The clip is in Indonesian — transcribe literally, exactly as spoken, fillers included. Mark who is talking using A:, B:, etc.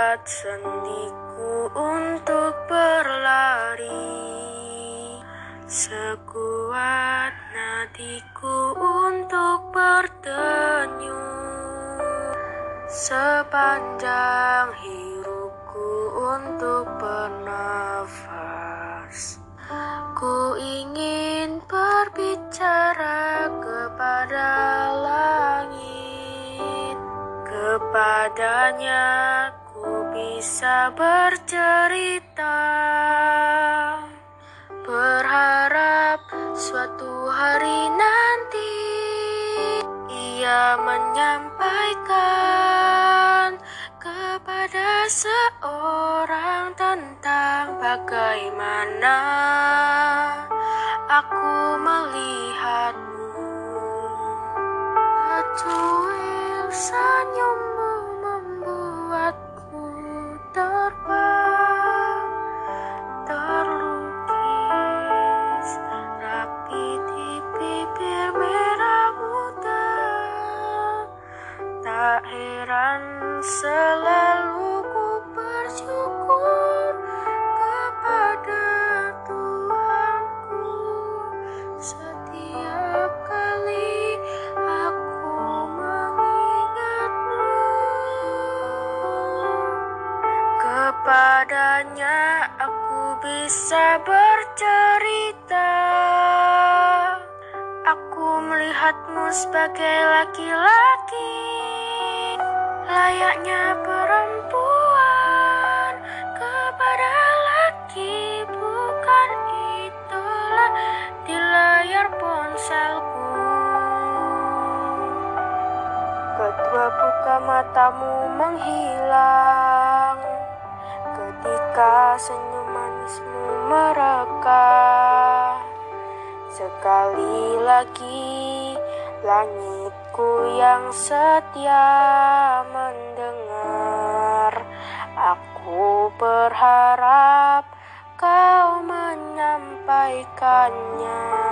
A: Sekuat sendiku untuk berlari, sekuat nadiku untuk berdenyut, sepanjang hirupku untuk bernafas. Ku ingin berbicara kepada langit, kepadanya ku bisa bercerita, berharap suatu hari nanti ia menyampaikan kepada seorang tentang bagaimana aku melihatmu. Becuil senyummu membuatku terbang, terlukis rapi di bibir merah muda. Tak heran selalu ku bersyukur kepada Tuhanku setiap kali aku mengingatmu. Kepadanya aku bisa bercerita. Aku melihatmu sebagai laki-laki, layaknya perempuan kepada laki, bukan idola di layar ponselku. Kedua buka matamu menghilang ketika senyum manismu mereka. Sekali lagi langitku yang setia mendengar. Aku berharap kau menyampaikannya.